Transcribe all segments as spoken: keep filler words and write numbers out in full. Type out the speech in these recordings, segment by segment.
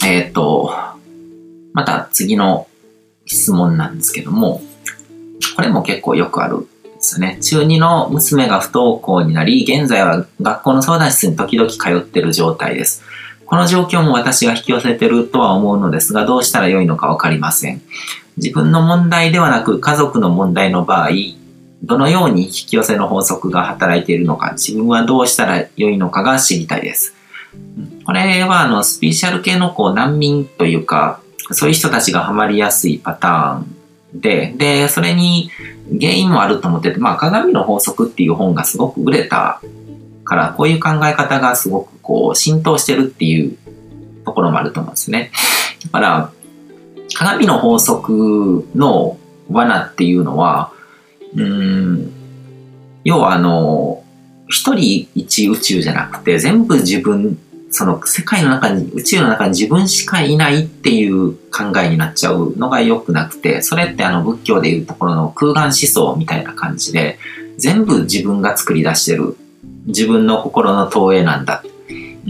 えっと、また次の質問なんですけども、これも結構よくあるんですよね。中にの娘が不登校になり、現在は学校の相談室に時々通っている状態です。この状況も私が引き寄せているとは思うのですが、どうしたらよいのかわかりません。自分の問題ではなく家族の問題の場合、どのように引き寄せの法則が働いているのか、自分はどうしたらよいのかが知りたいです。これはあのスピリチュアル系のこう難民というか、そういう人たちがハマりやすいパターンで、で、それに原因もあると思ってて、まあ鏡の法則っていう本がすごく売れたから、こういう考え方がすごくこう浸透してるっていうところもあると思うんですね。だから、鏡の法則の罠っていうのは、うーん、要はあの、一人一宇宙じゃなくて、全部自分、その世界の中に、宇宙の中に自分しかいないっていう考えになっちゃうのが良くなくて、それってあの仏教でいうところの空間思想みたいな感じで、全部自分が作り出してる、自分の心の投影なんだ。うん。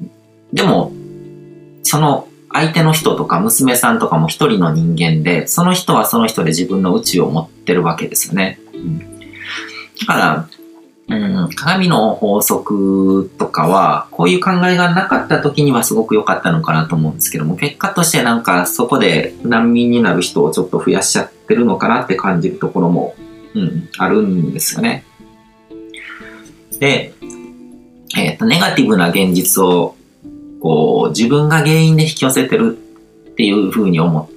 でも、その相手の人とか娘さんとかも一人の人間で、その人はその人で自分の宇宙を持ってるわけですよね。うん、だから、うん、鏡の法則とかは、こういう考えがなかった時にはすごく良かったのかなと思うんですけども、結果としてなんかそこで難民になる人をちょっと増やしちゃってるのかなって感じるところも、うん、あるんですよね。で、えっと、ネガティブな現実をこう自分が原因で引き寄せてるっていうふうに思って、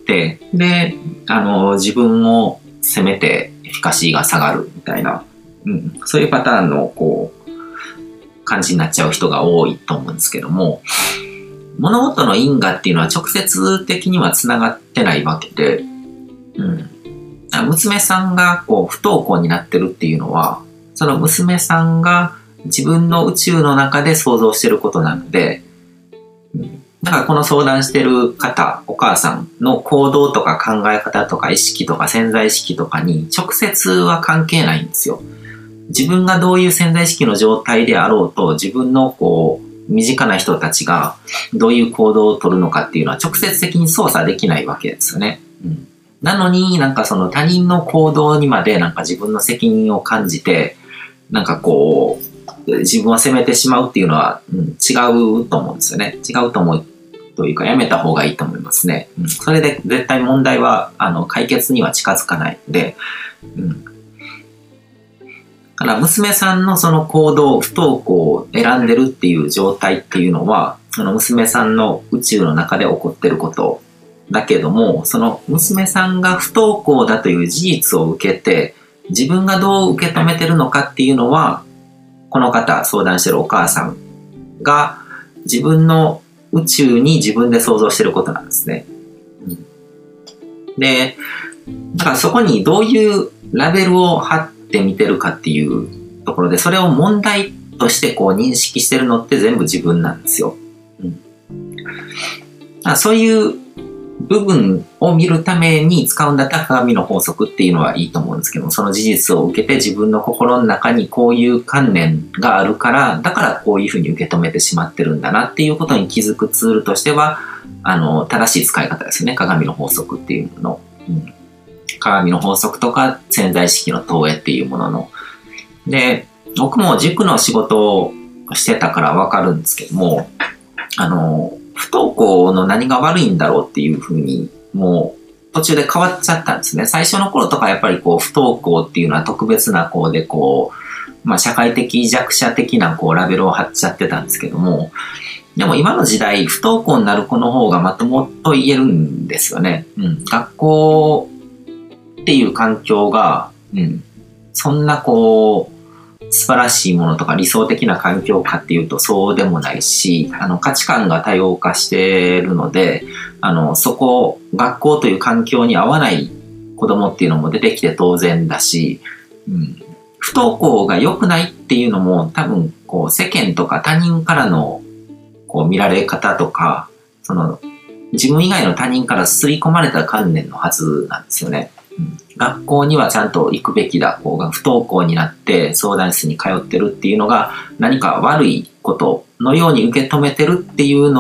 で、あの、自分を責めてエフィカシーが下がるみたいな、うん、そういうパターンのこう感じになっちゃう人が多いと思うんですけども、物事の因果っていうのは直接的にはつながってないわけで、うん、娘さんがこう不登校になってるっていうのは、その娘さんが自分の宇宙の中で想像してることなので、うん、だからこの相談してる方、お母さんの行動とか考え方とか意識とか潜在意識とかに直接は関係ないんですよ。自分がどういう潜在意識の状態であろうと、自分のこう身近な人たちがどういう行動を取るのかっていうのは直接的に操作できないわけですよね。うん、なのになんかその他人の行動にまでなんか自分の責任を感じて、なんかこう自分を責めてしまうっていうのは、うん、違うと思うんですよね。違うと思うというかやめた方がいいと思いますね。うん、それで絶対問題はあの解決には近づかないので、うんだから娘さんのその行動、不登校を選んでるっていう状態っていうのは、その娘さんの宇宙の中で起こってることだけども、その娘さんが不登校だという事実を受けて、自分がどう受け止めてるのかっていうのは、この方、相談してるお母さんが自分の宇宙に自分で想像してることなんですね。うん、で、だからそこにどういうラベルを貼ってって見てるかっていうところで、それを問題としてこう認識してるのって全部自分なんですよ。うん、だからそういう部分を見るために使うんだったら鏡の法則っていうのはいいと思うんですけども、その事実を受けて自分の心の中にこういう観念があるから、だからこういうふうに受け止めてしまってるんだなっていうことに気づくツールとしては、あの正しい使い方ですね。鏡の法則っていうの。うん鏡の法則とか潜在意識の投影っていうものの。で、僕も塾の仕事をしてたからわかるんですけども、あの、不登校の何が悪いんだろうっていうふうに、もう途中で変わっちゃったんですね。最初の頃とかやっぱりこう不登校っていうのは特別な子でこう、まあ社会的弱者的なこうラベルを貼っちゃってたんですけども、でも今の時代不登校になる子の方がまともと言えるんですよね。うん、学校っていう環境が、うん、そんなこう素晴らしいものとか理想的な環境かっていうとそうでもないし、あの価値観が多様化しているので、あのそこ学校という環境に合わない子供っていうのも出てきて当然だし、うん、不登校が良くないっていうのも多分こう世間とか他人からのこう見られ方とか、その自分以外の他人から刷り込まれた観念のはずなんですよね。学校にはちゃんと行くべきだ。こう不登校になって相談室に通ってるっていうのが何か悪いことのように受け止めてるっていうの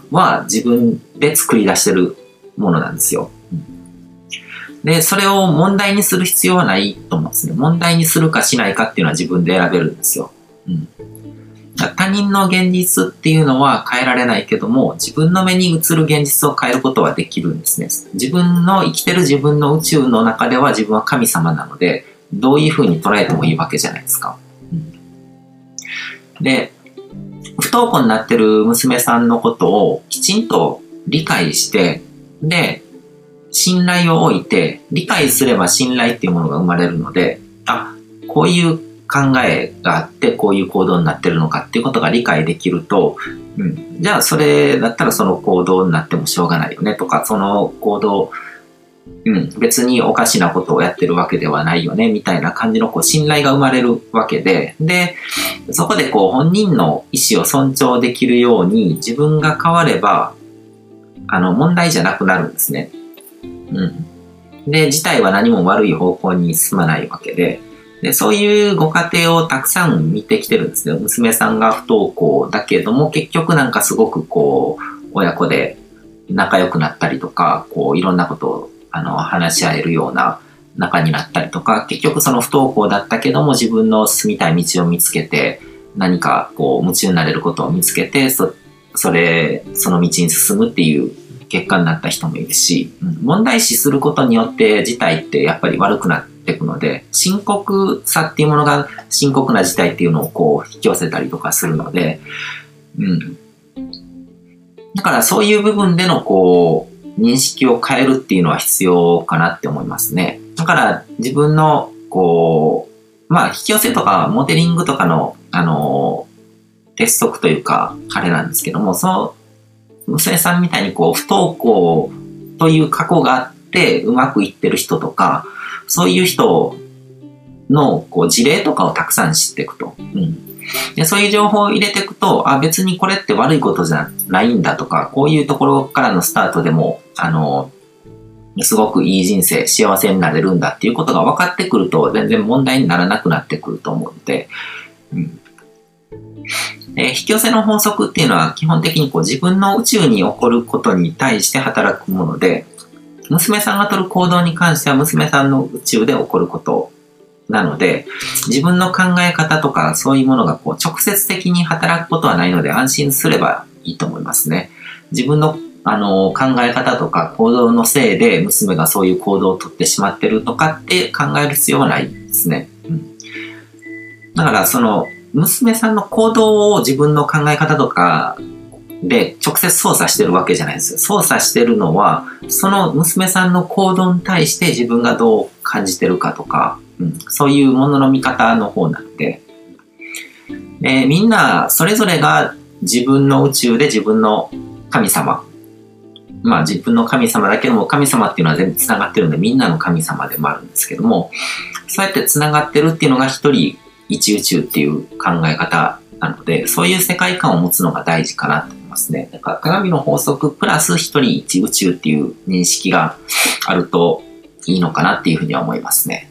は自分で作り出してるものなんですよ。で、それを問題にする必要はないと思うんですね。問題にするかしないかっていうのは自分で選べるんですよ。うん、他人の現実っていうのは変えられないけども、自分の目に映る現実を変えることはできるんですね。自分の生きてる自分の宇宙の中では自分は神様なので、どういうふうに捉えてもいいわけじゃないですか。うん、で、不登校になってる娘さんのことをきちんと理解して、で、信頼を置いて、理解すれば信頼っていうものが生まれるので、あ、こういう考えがあってこういう行動になってるのかっていうことが理解できると、うん、じゃあそれだったらその行動になってもしょうがないよねとか、その行動、うん、別におかしなことをやってるわけではないよねみたいな感じのこう信頼が生まれるわけで、で、そこでこう本人の意思を尊重できるように自分が変わればあの問題じゃなくなるんですね。うん、で、事態は何も悪い方向に進まないわけで、で、そういうご家庭をたくさん見てきてるんですね。娘さんが不登校だけども、結局なんかすごくこう、親子で仲良くなったりとか、こう、いろんなことをあの話し合えるような仲になったりとか、結局その不登校だったけども、自分の進みたい道を見つけて、何かこう、夢中になれることを見つけて、そ、それ、その道に進むっていう結果になった人もいるし、うん、問題視することによって事態ってやっぱり悪くなっていくので、深刻さっていうものが深刻な事態っていうのをこう引き寄せたりとかするので、うん。だからそういう部分でのこう認識を変えるっていうのは必要かなって思いますね。だから自分のこう、まあ引き寄せとかモデリングとかのあの鉄則というかあれなんですけども、そう娘さんみたいにこう不登校という過去があってうまくいってる人とか、そういう人のこう事例とかをたくさん知っていくと、うん、でそういう情報を入れていくと、あ、別にこれって悪いことじゃないんだとか、こういうところからのスタートでもあのすごくいい人生、幸せになれるんだっていうことが分かってくると、全然問題にならなくなってくると思うので、うん引き寄せの法則っていうのは基本的にこう自分の宇宙に起こることに対して働くもので、娘さんが取る行動に関しては娘さんの宇宙で起こることなので、自分の考え方とかそういうものがこう直接的に働くことはないので安心すればいいと思いますね。自分のあの考え方とか行動のせいで娘がそういう行動をとってしまってるとかって考える必要はないですね。うん、だからその娘さんの行動を自分の考え方とかで直接操作してるわけじゃないですよ。操作してるのは、その娘さんの行動に対して自分がどう感じてるかとか、うん、そういうものの見方の方なので、で、みんなそれぞれが自分の宇宙で自分の神様、まあ自分の神様だけども、神様っていうのは全部つながってるんで、みんなの神様でもあるんですけども、そうやってつながってるっていうのが一人一宇宙っていう考え方なので、そういう世界観を持つのが大事かなと思いますね。だから鏡の法則プラス一人一宇宙っていう認識があるといいのかなっていうふうには思いますね。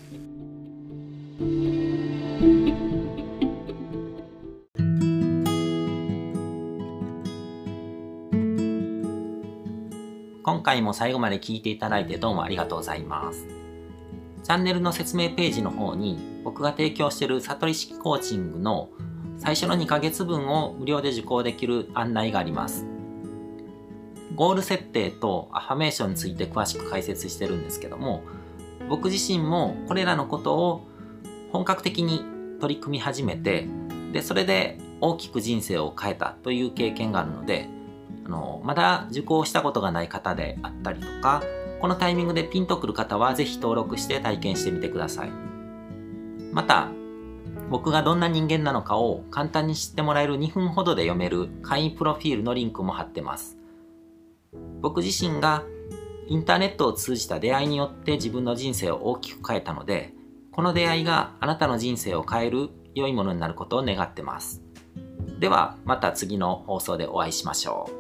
今回も最後まで聞いていただいてどうもありがとうございます。チャンネルの説明ページの方に僕が提供している悟り式コーチングの最初のにかげつぶんを無料で受講できる案内があります。ゴール設定とアファメーションについて詳しく解説してるんですけども、僕自身もこれらのことを本格的に取り組み始めて、でそれで大きく人生を変えたという経験があるので、あのまだ受講したことがない方であったりとか、このタイミングでピンとくる方はぜひ登録して体験してみてください。また、僕がどんな人間なのかを簡単に知ってもらえるにふんほどで読める会員プロフィールのリンクも貼ってます。僕自身がインターネットを通じた出会いによって自分の人生を大きく変えたので、この出会いがあなたの人生を変える良いものになることを願ってます。ではまた次の放送でお会いしましょう。